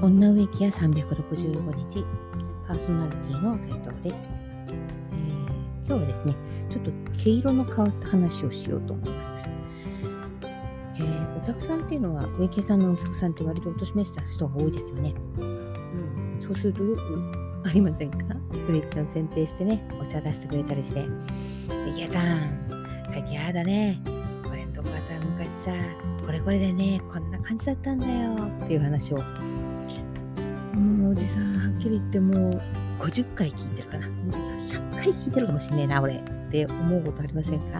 女植木屋365日パーソナリティの斉藤です。今日はですね、ちょっと毛色の変わった話をしようと思います。お客さんっていうのは、植木屋さんのお客さんって割とおとしめした人が多いですよね。そうするとよくありませんか？植木を剪定してね、お茶出してくれたりして、植木屋さん、最近あれだね、俺んとこはさ、昔さ、これでね、こんな感じだったんだよっていう話を、もうおじさんはっきり言ってもう50回聞いてるかな、100回聞いてるかもしんねえな俺って思うことありませんか？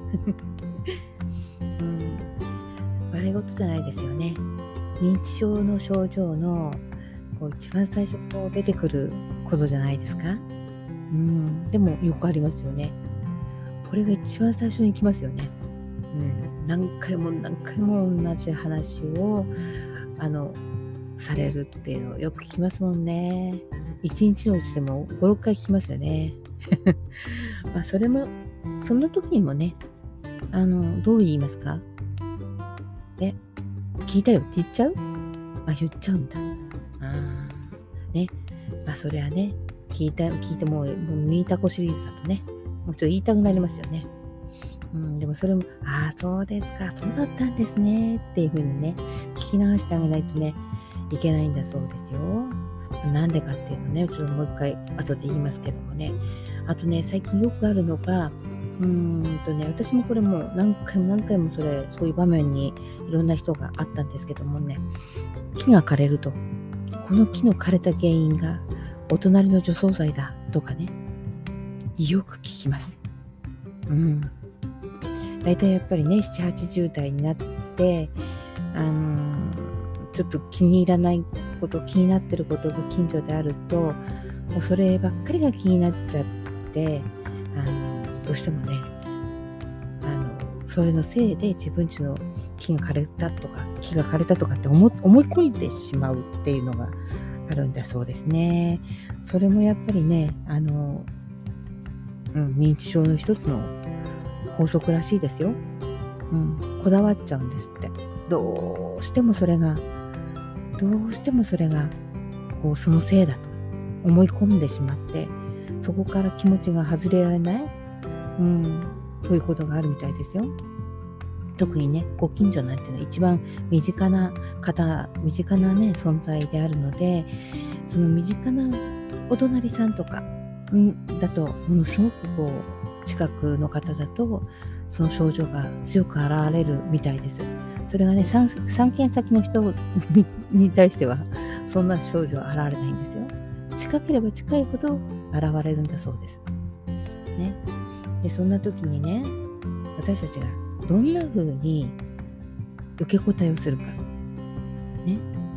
笑い事じゃないですよね。認知症の症状の一番最初出てくることじゃないですか。でもよくありますよね。これが一番最初に来ますよね。何回も同じ話をされるっていうのをよく聞きますもんね。1日のうちでも5、6回聞きますよね。それもそんな時にもね、どう言いますか？聞いたよって言っちゃう？言っちゃうんだ。それはね、聞いてもうミータコシリーズだとね、もうちょっと言いたくなりますよね。でもそれも、そうですか、そうだったんですねっていう風にね、聞き流してあげないとね、いけないんだそうですよ。なんでかっていうのね、ちょっともう一回後で言いますけどもね。あとね、最近よくあるのが、私もこれもう何回もそういう場面にいろんな人があったんですけどもね、木が枯れると、この木の枯れた原因がお隣の除草剤だとかね、よく聞きます。だいたいやっぱりね、7、80代になって、ちょっと気になってることが近所であると、もうそればっかりが気になっちゃって、どうしてもね、それのせいで自分家の木が枯れたとかって思い込んでしまうっていうのがあるんだそうですね。それもやっぱりね、認知症の一つの法則らしいですよ。こだわっちゃうんですって。どうしてもそれがそのせいだと思い込んでしまって、そこから気持ちが外れられない、そういうことがあるみたいですよ。特にね、ご近所なんていうのは一番身近なね、存在であるので、その身近なお隣さんとかだと、ものすごく近くの方だとその症状が強く現れるみたいです。それがね、3軒先の人に対してはそんな症状は現れないんですよ。近ければ近いほど現れるんだそうです。ね。で、そんな時にね、私たちがどんな風に受け答えをするか。ね。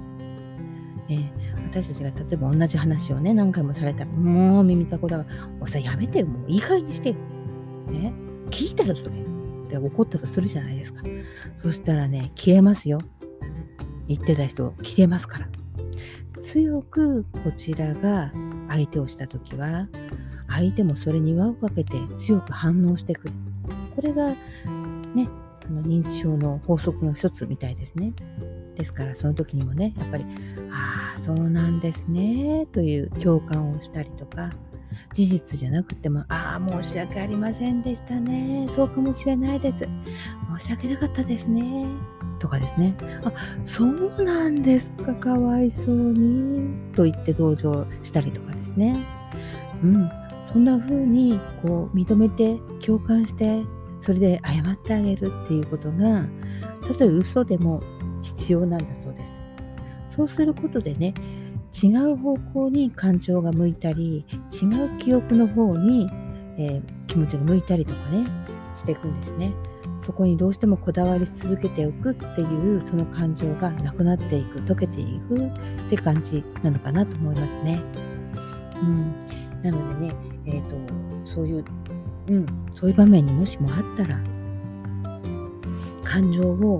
私たちが例えば同じ話をね、何回もされたら、もう耳たこだから、もうさ、やめてよ、もういい加減にしてよ。ね。聞いたよ、それ。って怒ったとするじゃないですか。そしたらね、切れますよ。言ってた人、切れますから。強くこちらが相手をしたときは、相手もそれに輪をかけて強く反応してくる。これがね、認知症の法則の一つみたいですね。ですからその時にもね、やっぱりそうなんですねという共感をしたりとか、事実じゃなくても申し訳ありませんでしたね、そうかもしれないです、申し訳なかったですねとかですね、そうなんですか、かわいそうにと言って同情したりとかですね。そんな風に認めて共感して、それで謝ってあげるっていうことが、たとえ嘘でも必要なんだそうです。そうすることでね、違う方向に感情が向いたり、違う記憶の方に、気持ちが向いたりとかね、していくんですね。そこにどうしてもこだわり続けておくっていうその感情がなくなっていく、溶けていくって感じなのかなと思いますね。なのでね、そういう場面にもしもあったら、感情を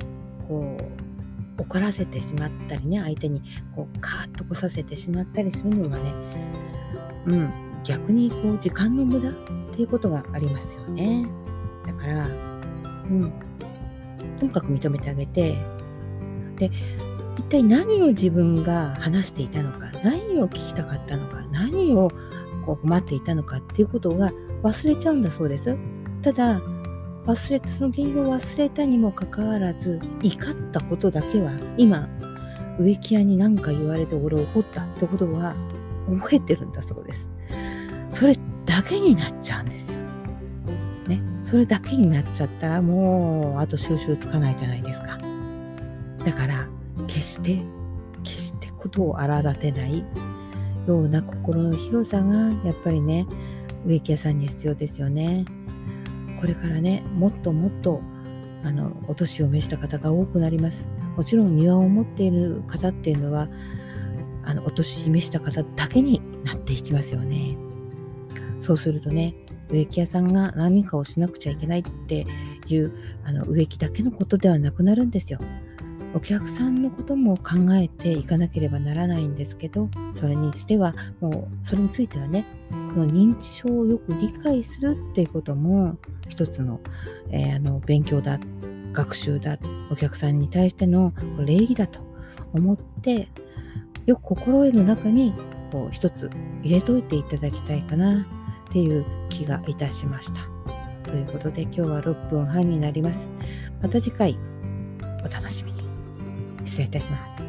怒らせてしまったりね、相手にカーッと来させてしまったりするのがね、逆に時間の無駄っていうことがありますよね。だから、とにかく認めてあげて、で、 一体何を自分が話していたのか、何を聞きたかったのか、何を待っていたのかっていうことが忘れちゃうんだそうです。ただその原因を忘れたにもかかわらず、怒ったことだけは今植木屋に何か言われて俺怒ったってことは覚えてるんだそうです。それだけになっちゃうんですよ。ね、それだけになっちゃったらもうあと収拾つかないじゃないですか。だから決してことを荒立てないような心の広さがやっぱりね、植木屋さんに必要ですよね。これからね、もっともっとお年を召した方が多くなります。もちろん庭を持っている方っていうのはお年召した方だけになっていきますよね。そうするとね、植木屋さんが何かをしなくちゃいけないっていう植木だけのことではなくなるんですよ。お客さんのことも考えていかなければならないんですけど、それについてはね、この認知症をよく理解するっていうことも一つの、勉強だ、学習だ、お客さんに対しての礼儀だと思って、よく心得の中に一つ入れといていただきたいかなっていう気がいたしました。ということで今日は6分半になります。また次回お楽しみに。失礼いたします。